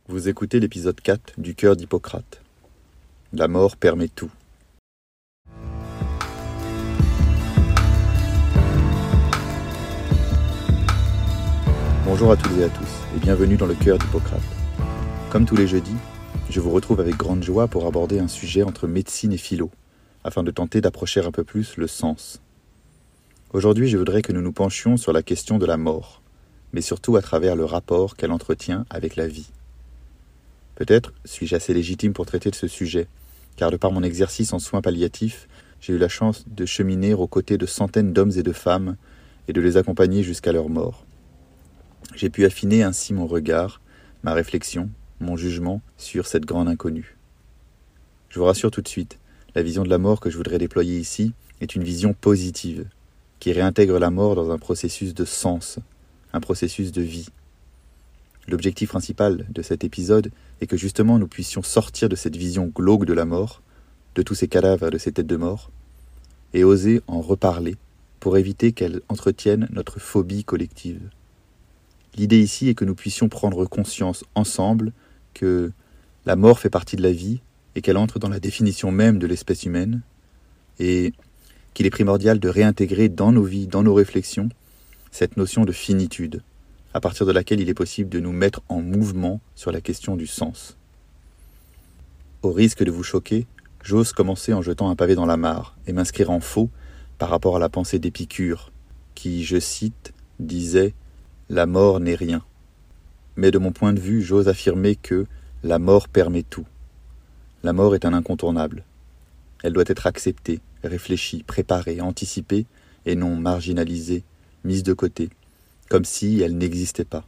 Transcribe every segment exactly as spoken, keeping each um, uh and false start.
Vous écoutez l'épisode quatre du Cœur d'Hippocrate. La mort permet tout. Bonjour à toutes et à tous, et bienvenue dans le Cœur d'Hippocrate. Comme tous les jeudis, je vous retrouve avec grande joie pour aborder un sujet entre médecine et philo, afin de tenter d'approcher un peu plus le sens. Aujourd'hui, je voudrais que nous nous penchions sur la question de la mort, mais surtout à travers le rapport qu'elle entretient avec la vie. Peut-être suis-je assez légitime pour traiter de ce sujet, car de par mon exercice en soins palliatifs, j'ai eu la chance de cheminer aux côtés de centaines d'hommes et de femmes et de les accompagner jusqu'à leur mort. J'ai pu affiner ainsi mon regard, ma réflexion, mon jugement sur cette grande inconnue. Je vous rassure tout de suite, la vision de la mort que je voudrais déployer ici est une vision positive, qui réintègre la mort dans un processus de sens, un processus de vie. L'objectif principal de cet épisode est que justement nous puissions sortir de cette vision glauque de la mort, de tous ces cadavres et de ces têtes de mort, et oser en reparler pour éviter qu'elle entretienne notre phobie collective. L'idée ici est que nous puissions prendre conscience ensemble que la mort fait partie de la vie et qu'elle entre dans la définition même de l'espèce humaine, et qu'il est primordial de réintégrer dans nos vies, dans nos réflexions, cette notion de finitude, à partir de laquelle il est possible de nous mettre en mouvement sur la question du sens. Au risque de vous choquer, j'ose commencer en jetant un pavé dans la mare et m'inscrire en faux par rapport à la pensée d'Épicure, qui, je cite, disait « La mort n'est rien ». Mais de mon point de vue, j'ose affirmer que la mort permet tout. La mort est un incontournable. Elle doit être acceptée, réfléchie, préparée, anticipée, et non marginalisée, mise de côté, comme si elle n'existait pas.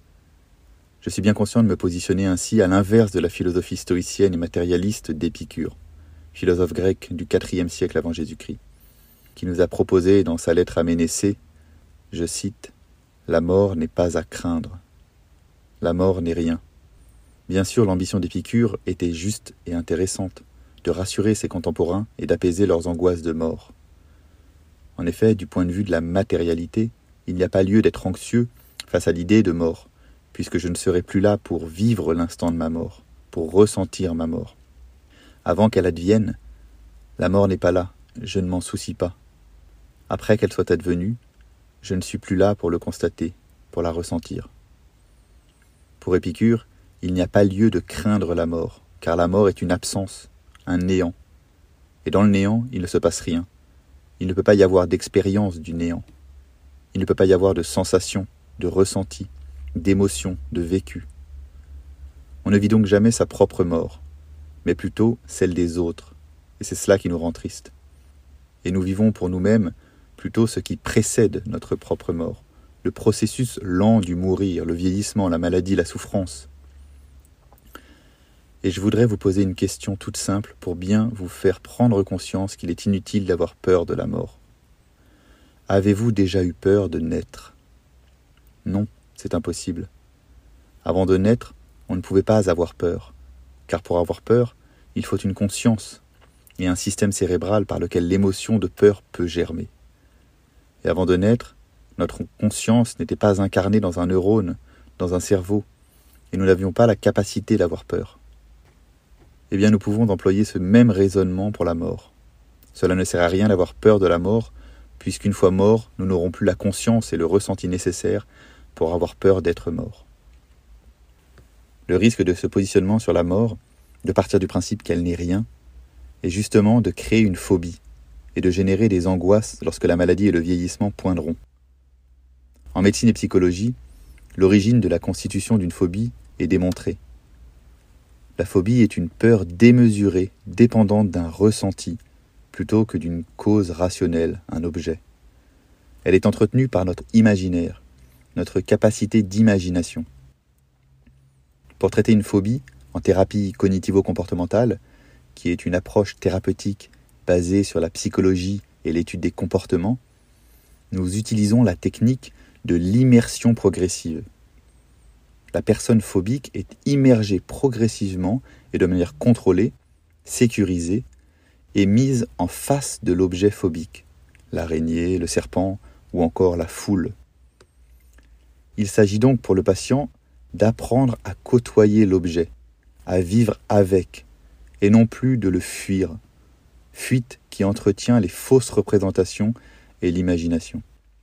Je suis bien conscient de me positionner ainsi à l'inverse de la philosophie stoïcienne et matérialiste d'Épicure, philosophe grec du quatrième siècle avant Jésus-Christ, qui nous a proposé dans sa lettre à Ménécée, je cite, « La mort n'est pas à craindre. La mort n'est rien. » Bien sûr, l'ambition d'Épicure était juste et intéressante, de rassurer ses contemporains et d'apaiser leurs angoisses de mort. En effet, du point de vue de la matérialité, il n'y a pas lieu d'être anxieux face à l'idée de mort, puisque je ne serai plus là pour vivre l'instant de ma mort, pour ressentir ma mort. Avant qu'elle advienne, la mort n'est pas là, je ne m'en soucie pas. Après qu'elle soit advenue, je ne suis plus là pour le constater, pour la ressentir. Pour Épicure, il n'y a pas lieu de craindre la mort, car la mort est une absence, un néant. Et dans le néant, il ne se passe rien. Il ne peut pas y avoir d'expérience du néant. Il ne peut pas y avoir de sensation, de ressenti, d'émotion, de vécu. On ne vit donc jamais sa propre mort, mais plutôt celle des autres, et c'est cela qui nous rend tristes. Et nous vivons pour nous-mêmes plutôt ce qui précède notre propre mort, le processus lent du mourir, le vieillissement, la maladie, la souffrance. Et je voudrais vous poser une question toute simple pour bien vous faire prendre conscience qu'il est inutile d'avoir peur de la mort. Avez-vous déjà eu peur de naître ? Non, c'est impossible. Avant de naître, on ne pouvait pas avoir peur, car pour avoir peur, il faut une conscience et un système cérébral par lequel l'émotion de peur peut germer. Et avant de naître, notre conscience n'était pas incarnée dans un neurone, dans un cerveau, et nous n'avions pas la capacité d'avoir peur. Eh bien, nous pouvons employer ce même raisonnement pour la mort. Cela ne sert à rien d'avoir peur de la mort, puisqu'une fois morts, nous n'aurons plus la conscience et le ressenti nécessaire pour avoir peur d'être morts. Le risque de ce positionnement sur la mort, de partir du principe qu'elle n'est rien, est justement de créer une phobie et de générer des angoisses lorsque la maladie et le vieillissement poindront. En médecine et psychologie, l'origine de la constitution d'une phobie est démontrée. La phobie est une peur démesurée, dépendante d'un ressenti, plutôt que d'une cause rationnelle, un objet. Elle est entretenue par notre imaginaire, notre capacité d'imagination. Pour traiter une phobie, en thérapie cognitivo-comportementale, qui est une approche thérapeutique basée sur la psychologie et l'étude des comportements, nous utilisons la technique de l'immersion progressive. La personne phobique est immergée progressivement et de manière contrôlée, sécurisée, est mise en face de l'objet phobique, l'araignée, le serpent ou encore la foule. Il s'agit donc pour le patient d'apprendre à côtoyer l'objet, à vivre avec, et non plus de le fuir, fuite qui entretient les fausses représentations et l'imagination.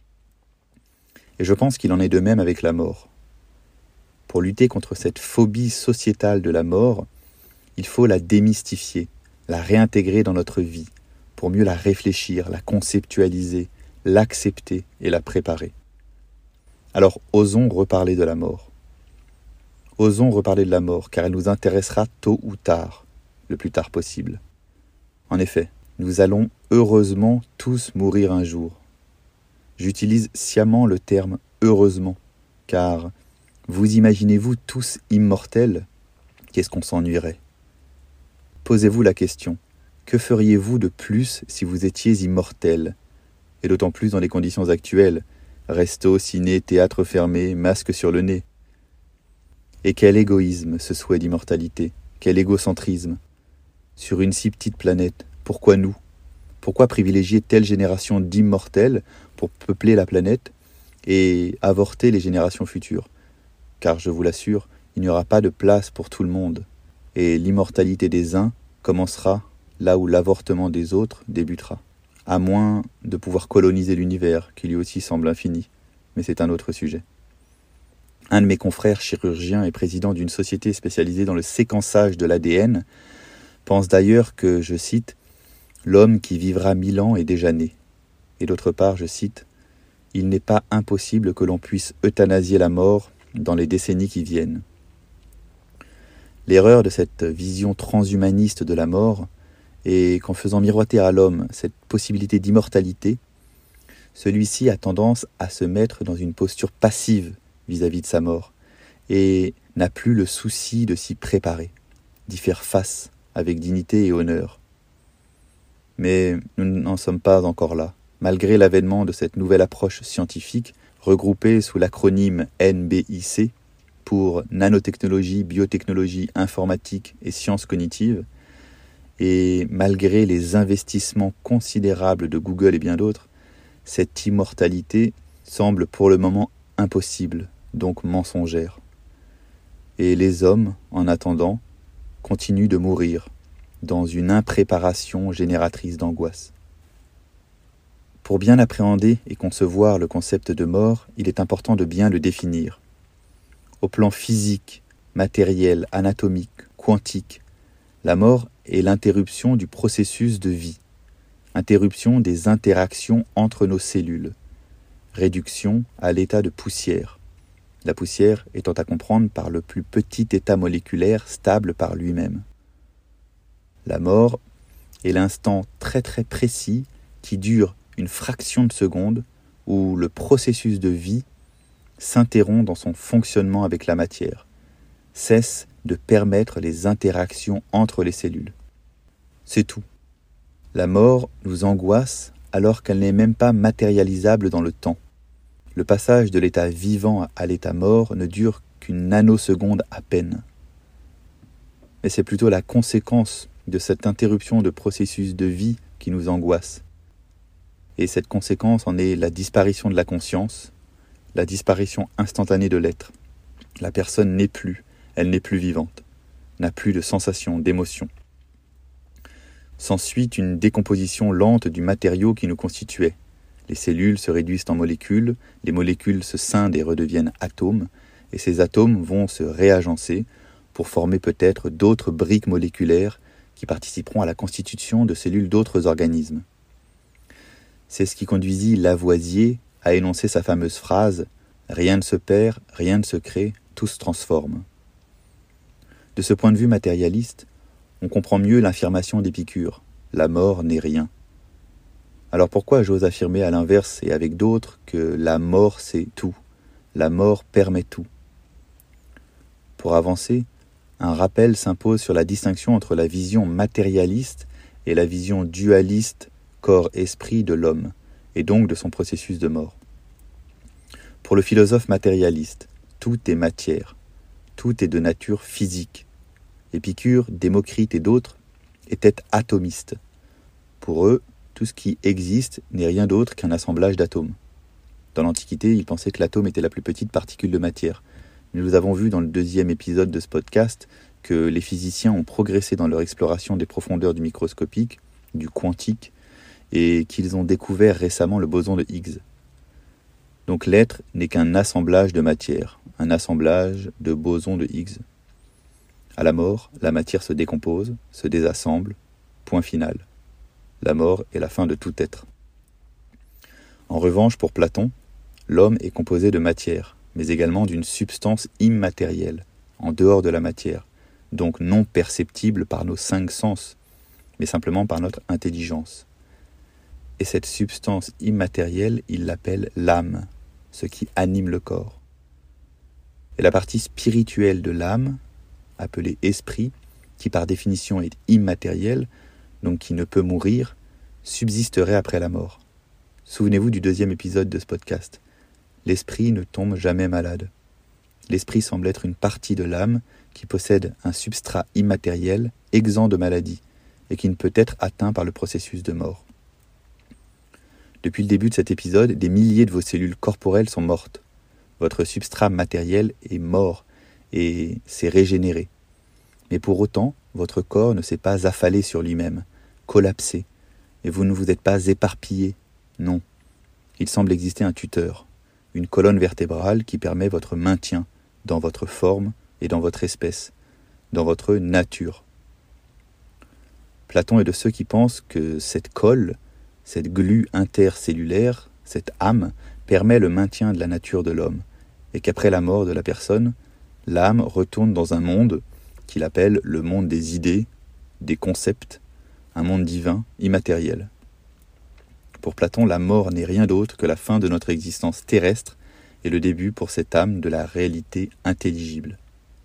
Et je pense qu'il en est de même avec la mort. Pour lutter contre cette phobie sociétale de la mort, il faut la démystifier, la réintégrer dans notre vie, pour mieux la réfléchir, la conceptualiser, l'accepter et la préparer. Alors osons reparler de la mort. Osons reparler de la mort, car elle nous intéressera tôt ou tard, le plus tard possible. En effet, nous allons heureusement tous mourir un jour. J'utilise sciemment le terme « heureusement », car vous imaginez-vous tous immortels ? Qu'est-ce qu'on s'ennuierait ? Posez-vous la question, que feriez-vous de plus si vous étiez immortels ? Et d'autant plus dans les conditions actuelles, resto, ciné, théâtre fermé, masque sur le nez. Et quel égoïsme ce souhait d'immortalité, quel égocentrisme. Sur une si petite planète, pourquoi nous ? Pourquoi privilégier telle génération d'immortels pour peupler la planète et avorter les générations futures ? Car je vous l'assure, il n'y aura pas de place pour tout le monde, et l'immortalité des uns commencera là où l'avortement des autres débutera, à moins de pouvoir coloniser l'univers, qui lui aussi semble infini, mais c'est un autre sujet. Un de mes confrères chirurgiens et président d'une société spécialisée dans le séquençage de l'A D N pense d'ailleurs que, je cite, « l'homme qui vivra mille ans est déjà né ». Et d'autre part, je cite, « il n'est pas impossible que l'on puisse euthanasier la mort dans les décennies qui viennent ». L'erreur de cette vision transhumaniste de la mort est qu'en faisant miroiter à l'homme cette possibilité d'immortalité, celui-ci a tendance à se mettre dans une posture passive vis-à-vis de sa mort et n'a plus le souci de s'y préparer, d'y faire face avec dignité et honneur. Mais nous n'en sommes pas encore là, malgré l'avènement de cette nouvelle approche scientifique regroupée sous l'acronyme N B I C pour nanotechnologie, biotechnologie, informatique et sciences cognitives, et malgré les investissements considérables de Google et bien d'autres, cette immortalité semble pour le moment impossible, donc mensongère. Et les hommes, en attendant, continuent de mourir, dans une impréparation génératrice d'angoisse. Pour bien appréhender et concevoir le concept de mort, il est important de bien le définir. Au plan physique, matériel, anatomique, quantique, la mort est l'interruption du processus de vie, interruption des interactions entre nos cellules, réduction à l'état de poussière, la poussière étant à comprendre par le plus petit état moléculaire stable par lui-même. La mort est l'instant très très précis qui dure une fraction de seconde où le processus de vie s'interrompt dans son fonctionnement avec la matière, cesse de permettre les interactions entre les cellules. C'est tout. La mort nous angoisse alors qu'elle n'est même pas matérialisable dans le temps. Le passage de l'état vivant à l'état mort ne dure qu'une nanoseconde à peine. Mais c'est plutôt la conséquence de cette interruption de processus de vie qui nous angoisse. Et cette conséquence en est la disparition de la conscience, la disparition instantanée de l'être. La personne n'est plus, elle n'est plus vivante, n'a plus de sensation, d'émotion. S'ensuit une décomposition lente du matériau qui nous constituait. Les cellules se réduisent en molécules, les molécules se scindent et redeviennent atomes, et ces atomes vont se réagencer pour former peut-être d'autres briques moléculaires qui participeront à la constitution de cellules d'autres organismes. C'est ce qui conduisit Lavoisier à énoncer sa fameuse phrase « Rien ne se perd, rien ne se crée, tout se transforme ». De ce point de vue matérialiste, on comprend mieux l'affirmation d'Épicure « La mort n'est rien ». Alors pourquoi j'ose affirmer à l'inverse et avec d'autres que la mort c'est tout, la mort permet tout ? Pour avancer, un rappel s'impose sur la distinction entre la vision matérialiste et la vision dualiste corps-esprit de l'homme, et donc de son processus de mort. Pour le philosophe matérialiste, tout est matière, tout est de nature physique. Épicure, Démocrite et d'autres étaient atomistes. Pour eux, tout ce qui existe n'est rien d'autre qu'un assemblage d'atomes. Dans l'Antiquité, ils pensaient que l'atome était la plus petite particule de matière, Nous avons vu dans le deuxième épisode de ce podcast que les physiciens ont progressé dans leur exploration des profondeurs du microscopique, du quantique, et qu'ils ont découvert récemment le boson de Higgs. Donc l'être n'est qu'un assemblage de matière, un assemblage de bosons de Higgs. À la mort, la matière se décompose, se désassemble, point final. La mort est la fin de tout être. En revanche, pour Platon, l'homme est composé de matière, mais également d'une substance immatérielle, en dehors de la matière, donc non perceptible par nos cinq sens, mais simplement par notre intelligence. Et cette substance immatérielle, il l'appelle l'âme, ce qui anime le corps. Et la partie spirituelle de l'âme, appelée esprit, qui par définition est immatérielle, donc qui ne peut mourir, subsisterait après la mort. Souvenez-vous du deuxième épisode de ce podcast. L'esprit ne tombe jamais malade. L'esprit semble être une partie de l'âme qui possède un substrat immatériel, exempt de maladie, et qui ne peut être atteint par le processus de mort. Depuis le début de cet épisode, des milliers de vos cellules corporelles sont mortes. Votre substrat matériel est mort et s'est régénéré. Mais pour autant, votre corps ne s'est pas affalé sur lui-même, collapsé, et vous ne vous êtes pas éparpillé. Non, il semble exister un tuteur, une colonne vertébrale qui permet votre maintien dans votre forme et dans votre espèce, dans votre nature. Platon est de ceux qui pensent que cette colle, cette glu intercellulaire, cette âme, permet le maintien de la nature de l'homme, et qu'après la mort de la personne, l'âme retourne dans un monde qu'il appelle le monde des idées, des concepts, un monde divin, immatériel. Pour Platon, la mort n'est rien d'autre que la fin de notre existence terrestre et le début pour cette âme de la réalité intelligible.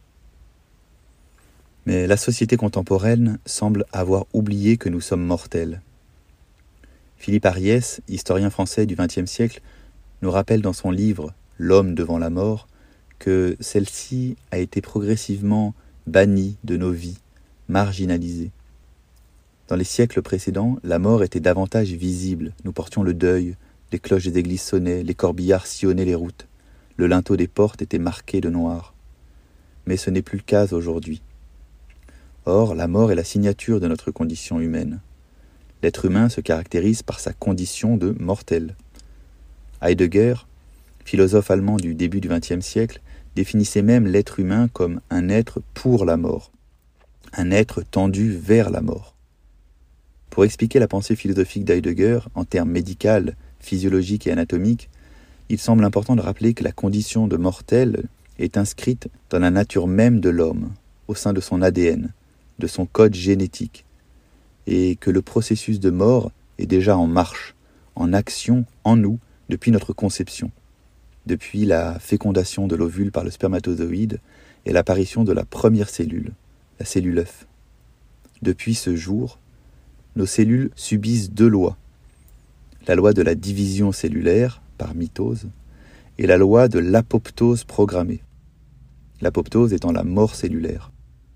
Mais la société contemporaine semble avoir oublié que nous sommes mortels. Philippe Ariès, historien français du vingtième siècle, nous rappelle dans son livre « L'homme devant la mort » que celle-ci a été progressivement bannie de nos vies, marginalisée. Dans les siècles précédents, la mort était davantage visible. Nous portions le deuil, les cloches des églises sonnaient, les corbillards sillonnaient les routes, le linteau des portes était marqué de noir. Mais ce n'est plus le cas aujourd'hui. Or, la mort est la signature de notre condition humaine. L'être humain se caractérise par sa condition de mortel. Heidegger, philosophe allemand du début du vingtième siècle, définissait même l'être humain comme un être pour la mort, un être tendu vers la mort. Pour expliquer la pensée philosophique d'Heidegger en termes médicaux, physiologiques et anatomiques, il semble important de rappeler que la condition de mortel est inscrite dans la nature même de l'homme, au sein de son A D N, de son code génétique, et que le processus de mort est déjà en marche, en action en nous depuis notre conception, depuis la fécondation de l'ovule par le spermatozoïde et l'apparition de la première cellule, la cellule œuf. Depuis ce jour, nos cellules subissent deux lois, la loi de la division cellulaire par mitose et la loi de l'apoptose programmée, l'apoptose étant la mort cellulaire.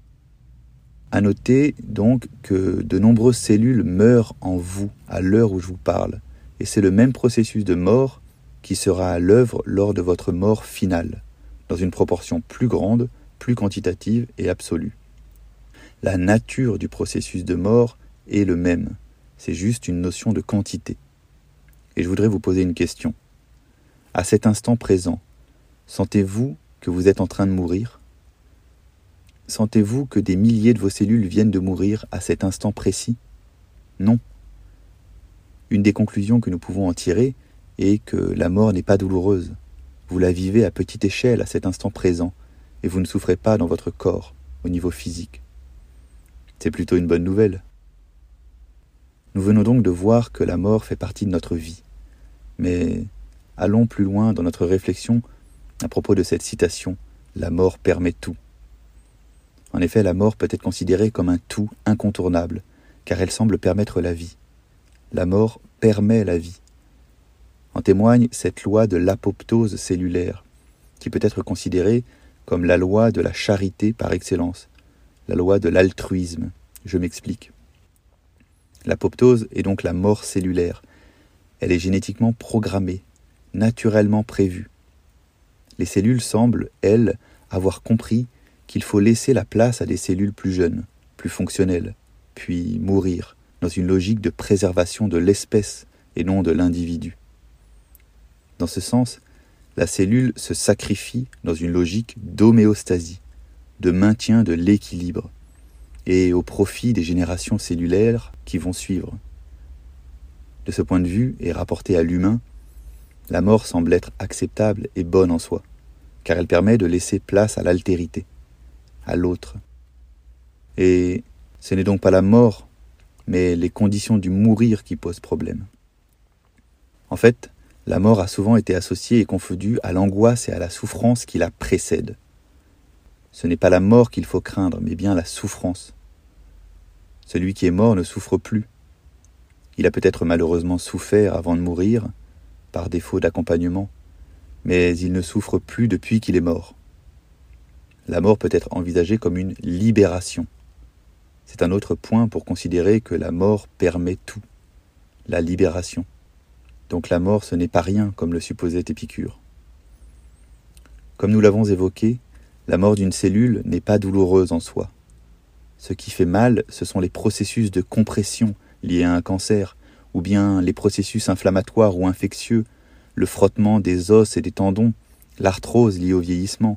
À noter donc que de nombreuses cellules meurent en vous à l'heure où je vous parle, et c'est le même processus de mort qui sera à l'œuvre lors de votre mort finale, dans une proportion plus grande, plus quantitative et absolue. La nature du processus de mort est le même, c'est juste une notion de quantité. Et je voudrais vous poser une question. À cet instant présent, sentez-vous que vous êtes en train de mourir ? Sentez-vous que des milliers de vos cellules viennent de mourir à cet instant précis ? Non. Une des conclusions que nous pouvons en tirer est que la mort n'est pas douloureuse. Vous la vivez à petite échelle à cet instant présent, et vous ne souffrez pas dans votre corps, au niveau physique. C'est plutôt une bonne nouvelle. Nous venons donc de voir que la mort fait partie de notre vie. Mais allons plus loin dans notre réflexion à propos de cette citation « La mort permet tout ». En effet, la mort peut être considérée comme un tout incontournable, car elle semble permettre la vie. La mort permet la vie. En témoigne cette loi de l'apoptose cellulaire, qui peut être considérée comme la loi de la charité par excellence, la loi de l'altruisme. Je m'explique. L'apoptose est donc la mort cellulaire. Elle est génétiquement programmée, naturellement prévue. Les cellules semblent, elles, avoir compris qu'il faut laisser la place à des cellules plus jeunes, plus fonctionnelles, puis mourir dans une logique de préservation de l'espèce et non de l'individu. Dans ce sens, la cellule se sacrifie dans une logique d'homéostasie, de maintien de l'équilibre, et au profit des générations cellulaires qui vont suivre. De ce point de vue, et rapporté à l'humain, la mort semble être acceptable et bonne en soi, car elle permet de laisser place à l'altérité, à l'autre. Et ce n'est donc pas la mort, mais les conditions du mourir qui posent problème. En fait, la mort a souvent été associée et confondue à l'angoisse et à la souffrance qui la précèdent. Ce n'est pas la mort qu'il faut craindre, mais bien la souffrance. Celui qui est mort ne souffre plus. Il a peut-être malheureusement souffert avant de mourir, par défaut d'accompagnement, mais il ne souffre plus depuis qu'il est mort. La mort peut être envisagée comme une libération. C'est un autre point pour considérer que la mort permet tout, la libération. Donc la mort, ce n'est pas rien, comme le supposait Épicure. Comme nous l'avons évoqué, la mort d'une cellule n'est pas douloureuse en soi. Ce qui fait mal, ce sont les processus de compression liés à un cancer, ou bien les processus inflammatoires ou infectieux, le frottement des os et des tendons, l'arthrose liée au vieillissement.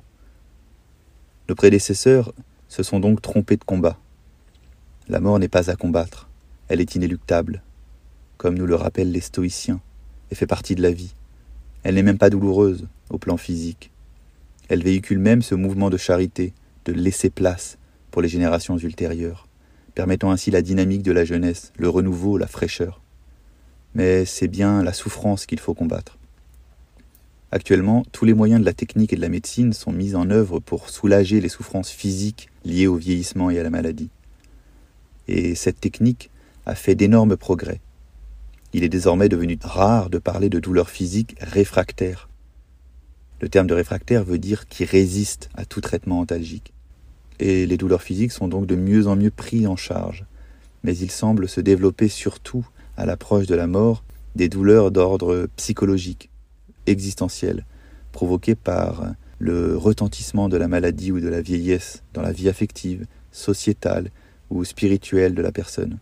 Nos prédécesseurs se sont donc trompés de combat. La mort n'est pas à combattre, elle est inéluctable, comme nous le rappellent les stoïciens, et fait partie de la vie. Elle n'est même pas douloureuse au plan physique. Elle véhicule même ce mouvement de charité, de laisser place pour les générations ultérieures, permettant ainsi la dynamique de la jeunesse, le renouveau, la fraîcheur. Mais c'est bien la souffrance qu'il faut combattre. Actuellement, tous les moyens de la technique et de la médecine sont mis en œuvre pour soulager les souffrances physiques liées au vieillissement et à la maladie. Et cette technique a fait d'énormes progrès. Il est désormais devenu rare de parler de douleurs physiques réfractaires. Le terme de réfractaire veut dire qui résiste à tout traitement antalgique. Et les douleurs physiques sont donc de mieux en mieux prises en charge. Mais il semble se développer surtout, à l'approche de la mort, des douleurs d'ordre psychologique, existentiel, provoquées par le retentissement de la maladie ou de la vieillesse dans la vie affective, sociétale ou spirituelle de la personne.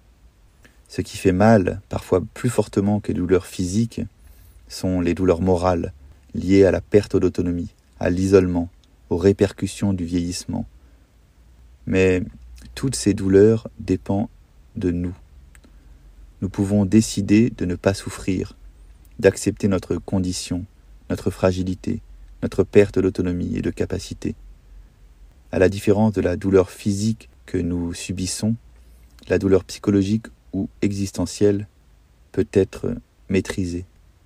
Ce qui fait mal, parfois plus fortement que les douleurs physiques, sont les douleurs morales, liées à la perte d'autonomie, à l'isolement, aux répercussions du vieillissement. Mais toutes ces douleurs dépendent de nous. Nous pouvons décider de ne pas souffrir, d'accepter notre condition, notre fragilité, notre perte d'autonomie et de capacité. À la différence de la douleur physique que nous subissons, la douleur psychologique ou existentielle peut être maîtrisée.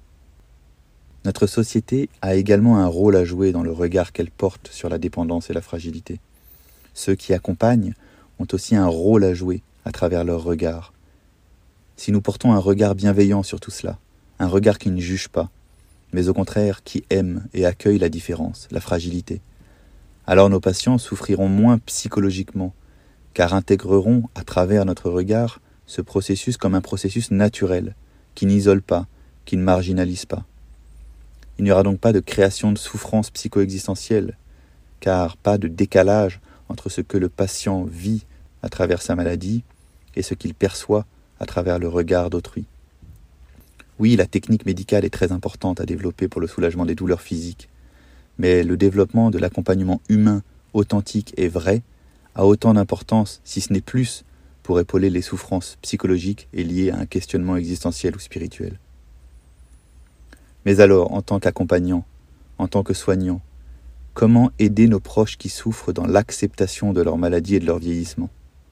Notre société a également un rôle à jouer dans le regard qu'elle porte sur la dépendance et la fragilité. Ceux qui accompagnent ont aussi un rôle à jouer à travers leur regard. Si nous portons un regard bienveillant sur tout cela, un regard qui ne juge pas, mais au contraire qui aime et accueille la différence, la fragilité, alors nos patients souffriront moins psychologiquement, car intégreront à travers notre regard ce processus comme un processus naturel, qui n'isole pas, qui ne marginalise pas. Il n'y aura donc pas de création de souffrance psycho-existentielle, car pas de décalage entre ce que le patient vit à travers sa maladie et ce qu'il perçoit à travers le regard d'autrui. Oui, la technique médicale est très importante à développer pour le soulagement des douleurs physiques, mais le développement de l'accompagnement humain, authentique et vrai a autant d'importance, si ce n'est plus, pour épauler les souffrances psychologiques et liées à un questionnement existentiel ou spirituel. Mais alors, en tant qu'accompagnant, en tant que soignant, comment aider nos proches qui souffrent dans l'acceptation de leur maladie et de leur vieillissement ?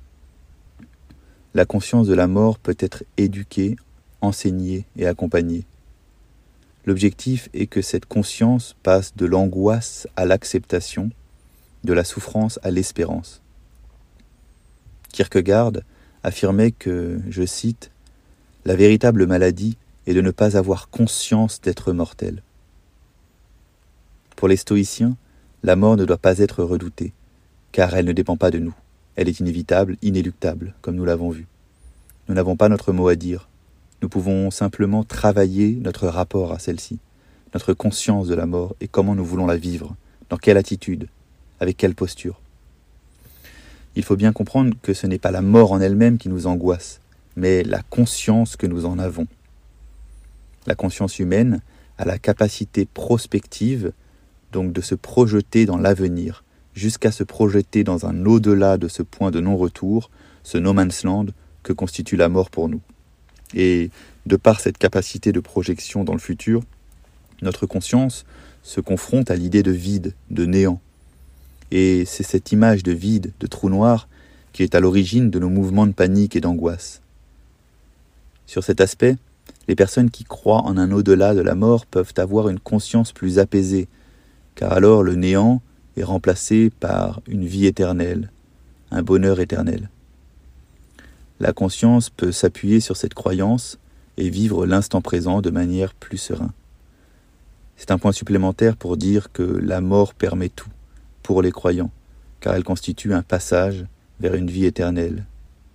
La conscience de la mort peut être éduquée, enseignée et accompagnée. L'objectif est que cette conscience passe de l'angoisse à l'acceptation, de la souffrance à l'espérance. Kierkegaard affirmait que, je cite, « La véritable maladie est de ne pas avoir conscience d'être mortel. » Pour les stoïciens, la mort ne doit pas être redoutée, car elle ne dépend pas de nous. Elle est inévitable, inéluctable, comme nous l'avons vu. Nous n'avons pas notre mot à dire. Nous pouvons simplement travailler notre rapport à celle-ci, notre conscience de la mort et comment nous voulons la vivre, dans quelle attitude, avec quelle posture. Il faut bien comprendre que ce n'est pas la mort en elle-même qui nous angoisse, mais la conscience que nous en avons. La conscience humaine a la capacité prospective, donc de se projeter dans l'avenir, jusqu'à se projeter dans un au-delà de ce point de non-retour, ce no man's land que constitue la mort pour nous. Et de par cette capacité de projection dans le futur, notre conscience se confronte à l'idée de vide, de néant. Et c'est cette image de vide, de trou noir, qui est à l'origine de nos mouvements de panique et d'angoisse. Sur cet aspect, les personnes qui croient en un au-delà de la mort peuvent avoir une conscience plus apaisée, car alors le néant est remplacé par une vie éternelle, un bonheur éternel. La conscience peut s'appuyer sur cette croyance et vivre l'instant présent de manière plus sereine. C'est un point supplémentaire pour dire que la mort permet tout pour les croyants, car elle constitue un passage vers une vie éternelle.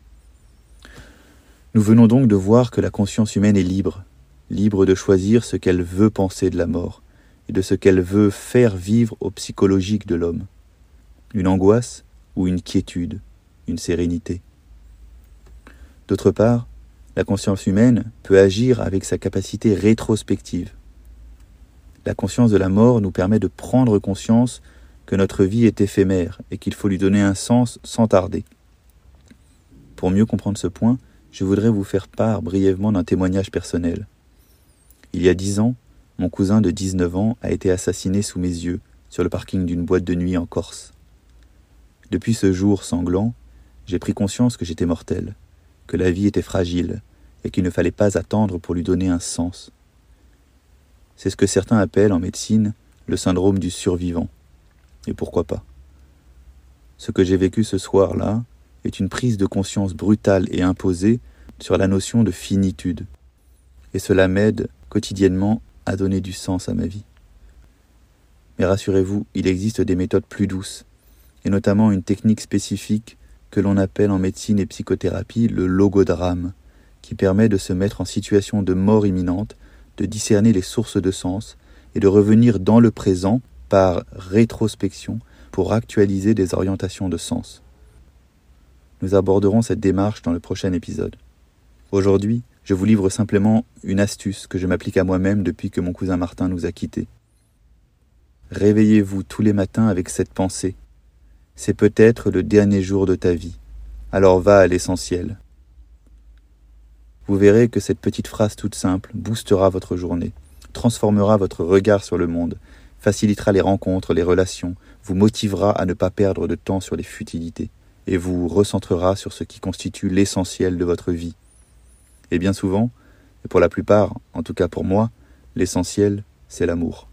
Nous venons donc de voir que la conscience humaine est libre, libre de choisir ce qu'elle veut penser de la mort et de ce qu'elle veut faire vivre au psychologique de l'homme. Une angoisse ou une quiétude, une sérénité. D'autre part, la conscience humaine peut agir avec sa capacité rétrospective. La conscience de la mort nous permet de prendre conscience que notre vie est éphémère et qu'il faut lui donner un sens sans tarder. Pour mieux comprendre ce point, je voudrais vous faire part brièvement d'un témoignage personnel. Il y a dix ans, mon cousin de dix-neuf ans a été assassiné sous mes yeux sur le parking d'une boîte de nuit en Corse. Depuis ce jour sanglant, j'ai pris conscience que j'étais mortel, que la vie était fragile et qu'il ne fallait pas attendre pour lui donner un sens. C'est ce que certains appellent en médecine le syndrome du survivant. Et pourquoi pas ? Ce que j'ai vécu ce soir-là est une prise de conscience brutale et imposée sur la notion de finitude. Et cela m'aide quotidiennement à donner du sens à ma vie. Mais rassurez-vous, il existe des méthodes plus douces, et notamment une technique spécifique que l'on appelle en médecine et psychothérapie le logodrame, qui permet de se mettre en situation de mort imminente, de discerner les sources de sens et de revenir dans le présent par rétrospection pour actualiser des orientations de sens. Nous aborderons cette démarche dans le prochain épisode. Aujourd'hui, je vous livre simplement une astuce que je m'applique à moi-même depuis que mon cousin Martin nous a quittés. Réveillez-vous tous les matins avec cette pensée. C'est peut-être le dernier jour de ta vie. Alors va à l'essentiel. Vous verrez que cette petite phrase toute simple boostera votre journée, transformera votre regard sur le monde, facilitera les rencontres, les relations, vous motivera à ne pas perdre de temps sur les futilités et vous recentrera sur ce qui constitue l'essentiel de votre vie. Et bien souvent, et pour la plupart, en tout cas pour moi, l'essentiel, c'est l'amour.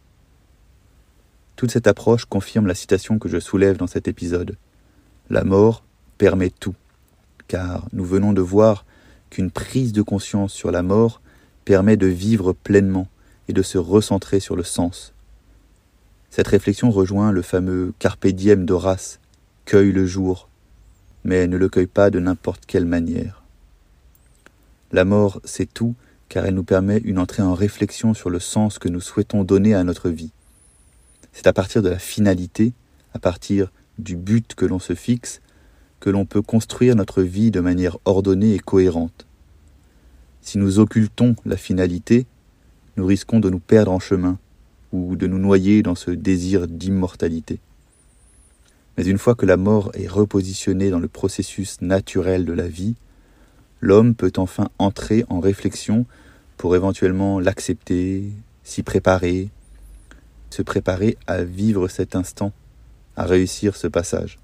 Toute cette approche confirme la citation que je soulève dans cet épisode. La mort permet tout, car nous venons de voir qu'une prise de conscience sur la mort permet de vivre pleinement et de se recentrer sur le sens. Cette réflexion rejoint le fameux Carpe diem d'Horace, « Cueille le jour », mais ne le cueille pas de n'importe quelle manière. La mort, c'est tout, car elle nous permet une entrée en réflexion sur le sens que nous souhaitons donner à notre vie. C'est à partir de la finalité, à partir du but que l'on se fixe, que l'on peut construire notre vie de manière ordonnée et cohérente. Si nous occultons la finalité, nous risquons de nous perdre en chemin, ou de nous noyer dans ce désir d'immortalité. Mais une fois que la mort est repositionnée dans le processus naturel de la vie, l'homme peut enfin entrer en réflexion pour éventuellement l'accepter, s'y préparer, se préparer à vivre cet instant, à réussir ce passage.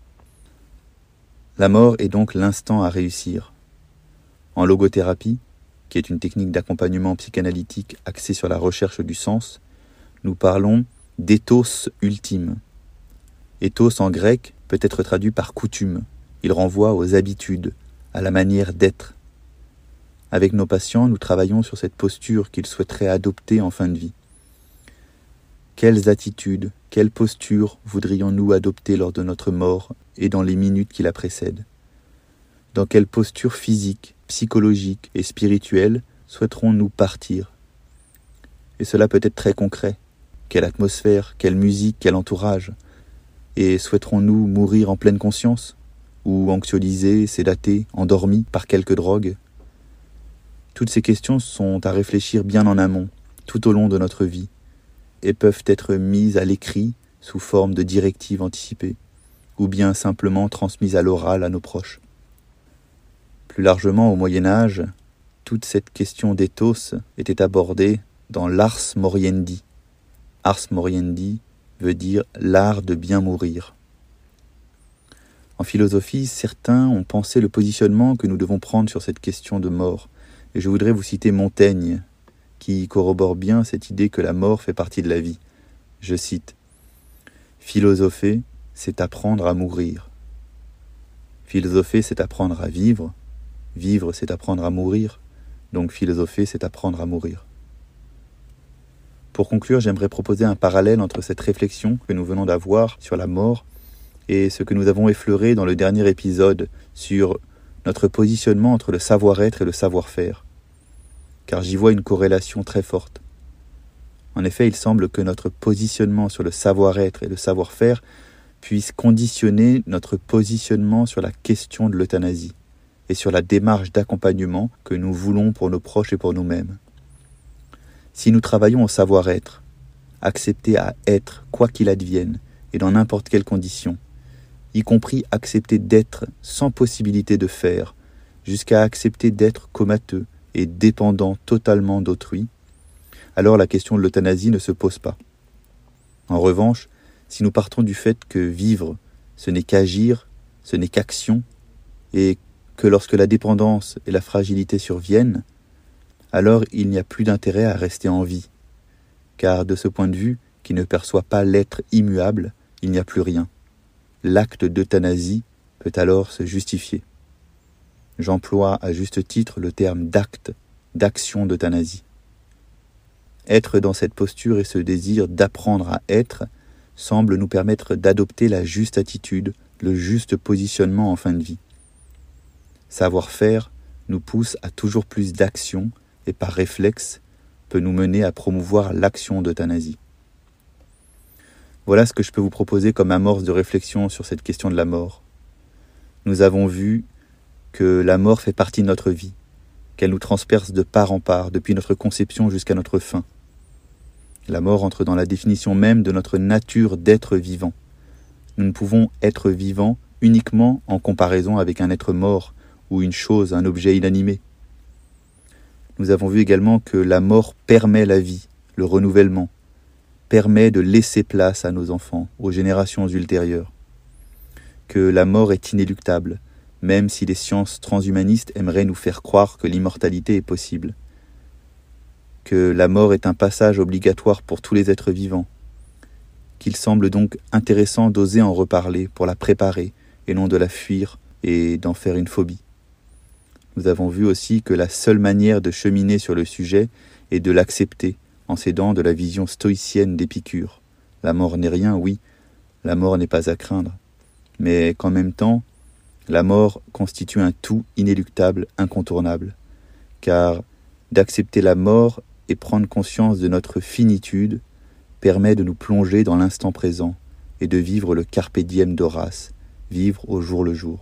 La mort est donc l'instant à réussir. En logothérapie, qui est une technique d'accompagnement psychanalytique axée sur la recherche du sens, nous parlons d'éthos ultime. Éthos en grec peut être traduit par coutume. Il renvoie aux habitudes, à la manière d'être. Avec nos patients, nous travaillons sur cette posture qu'ils souhaiteraient adopter en fin de vie. Quelles attitudes, quelles postures voudrions-nous adopter lors de notre mort et dans les minutes qui la précèdent ? Dans quelle posture physique, psychologique et spirituelle souhaiterons-nous partir ? Et cela peut être très concret. Quelle atmosphère, quelle musique, quel entourage ? Et souhaiterons-nous mourir en pleine conscience, ou anxiolisés, sédatés, endormis par quelque drogue? Toutes ces questions sont à réfléchir bien en amont, tout au long de notre vie, et peuvent être mises à l'écrit sous forme de directives anticipées, ou bien simplement transmises à l'oral à nos proches. Plus largement, au Moyen-Âge, toute cette question d'éthos était abordée dans l'ars moriendi. Ars moriendi veut dire l'art de bien mourir. En philosophie, certains ont pensé le positionnement que nous devons prendre sur cette question de mort, et je voudrais vous citer Montaigne, qui corrobore bien cette idée que la mort fait partie de la vie. Je cite « Philosopher, c'est apprendre à mourir. Philosopher, c'est apprendre à vivre. Vivre, c'est apprendre à mourir. Donc philosopher, c'est apprendre à mourir. » Pour conclure, j'aimerais proposer un parallèle entre cette réflexion que nous venons d'avoir sur la mort et ce que nous avons effleuré dans le dernier épisode sur notre positionnement entre le savoir-être et le savoir-faire, car j'y vois une corrélation très forte. En effet, il semble que notre positionnement sur le savoir-être et le savoir-faire puisse conditionner notre positionnement sur la question de l'euthanasie et sur la démarche d'accompagnement que nous voulons pour nos proches et pour nous-mêmes. Si nous travaillons au savoir-être, accepter à être quoi qu'il advienne et dans n'importe quelle condition, y compris accepter d'être sans possibilité de faire, jusqu'à accepter d'être comateux et dépendant totalement d'autrui, alors la question de l'euthanasie ne se pose pas. En revanche, si nous partons du fait que vivre, ce n'est qu'agir, ce n'est qu'action, et que lorsque la dépendance et la fragilité surviennent, alors il n'y a plus d'intérêt à rester en vie, car de ce point de vue, qui ne perçoit pas l'être immuable, il n'y a plus rien. L'acte d'euthanasie peut alors se justifier. J'emploie à juste titre le terme d'acte, d'action d'euthanasie. Être dans cette posture et ce désir d'apprendre à être semble nous permettre d'adopter la juste attitude, le juste positionnement en fin de vie. Savoir-faire nous pousse à toujours plus d'action et par réflexe peut nous mener à promouvoir l'action d'euthanasie. Voilà ce que je peux vous proposer comme amorce de réflexion sur cette question de la mort. Nous avons vu que la mort fait partie de notre vie, qu'elle nous transperce de part en part, depuis notre conception jusqu'à notre fin. La mort entre dans la définition même de notre nature d'être vivant. Nous ne pouvons être vivants uniquement en comparaison avec un être mort ou une chose, un objet inanimé. Nous avons vu également que la mort permet la vie, le renouvellement, permet de laisser place à nos enfants, aux générations ultérieures. Que la mort est inéluctable, même si les sciences transhumanistes aimeraient nous faire croire que l'immortalité est possible. Que la mort est un passage obligatoire pour tous les êtres vivants. Qu'il semble donc intéressant d'oser en reparler pour la préparer et non de la fuir et d'en faire une phobie. Nous avons vu aussi que la seule manière de cheminer sur le sujet est de l'accepter en s'aidant de la vision stoïcienne d'Épicure. La mort n'est rien, oui, la mort n'est pas à craindre, mais qu'en même temps, la mort constitue un tout inéluctable, incontournable, car d'accepter la mort et prendre conscience de notre finitude permet de nous plonger dans l'instant présent et de vivre le carpe diem d'Horace, vivre au jour le jour.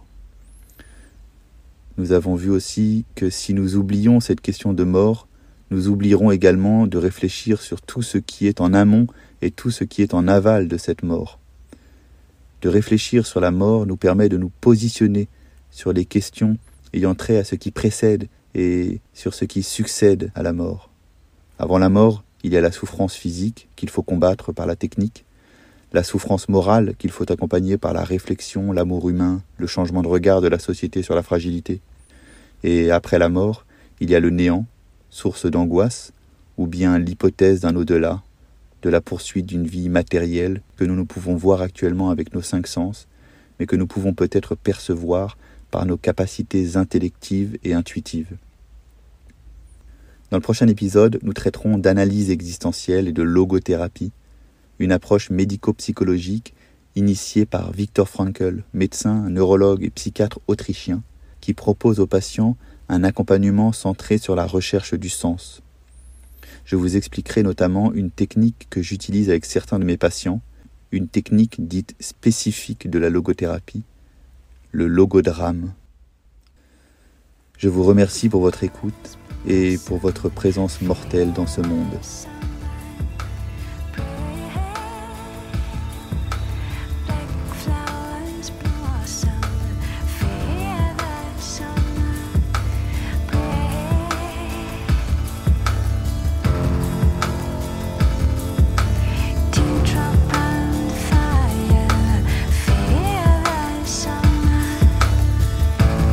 Nous avons vu aussi que si nous oublions cette question de mort, nous oublierons également de réfléchir sur tout ce qui est en amont et tout ce qui est en aval de cette mort. De réfléchir sur la mort nous permet de nous positionner sur les questions ayant trait à ce qui précède et sur ce qui succède à la mort. Avant la mort, il y a la souffrance physique qu'il faut combattre par la technique, la souffrance morale qu'il faut accompagner par la réflexion, l'amour humain, le changement de regard de la société sur la fragilité. Et après la mort, il y a le néant, source d'angoisse, ou bien l'hypothèse d'un au-delà, de la poursuite d'une vie matérielle que nous ne pouvons voir actuellement avec nos cinq sens, mais que nous pouvons peut-être percevoir par nos capacités intellectives et intuitives. Dans le prochain épisode, nous traiterons d'analyse existentielle et de logothérapie, une approche médico-psychologique initiée par Viktor Frankl, médecin, neurologue et psychiatre autrichien, qui propose aux patients un accompagnement centré sur la recherche du sens. Je vous expliquerai notamment une technique que j'utilise avec certains de mes patients, une technique dite spécifique de la logothérapie, le logodrame. Je vous remercie pour votre écoute et pour votre présence mortelle dans ce monde.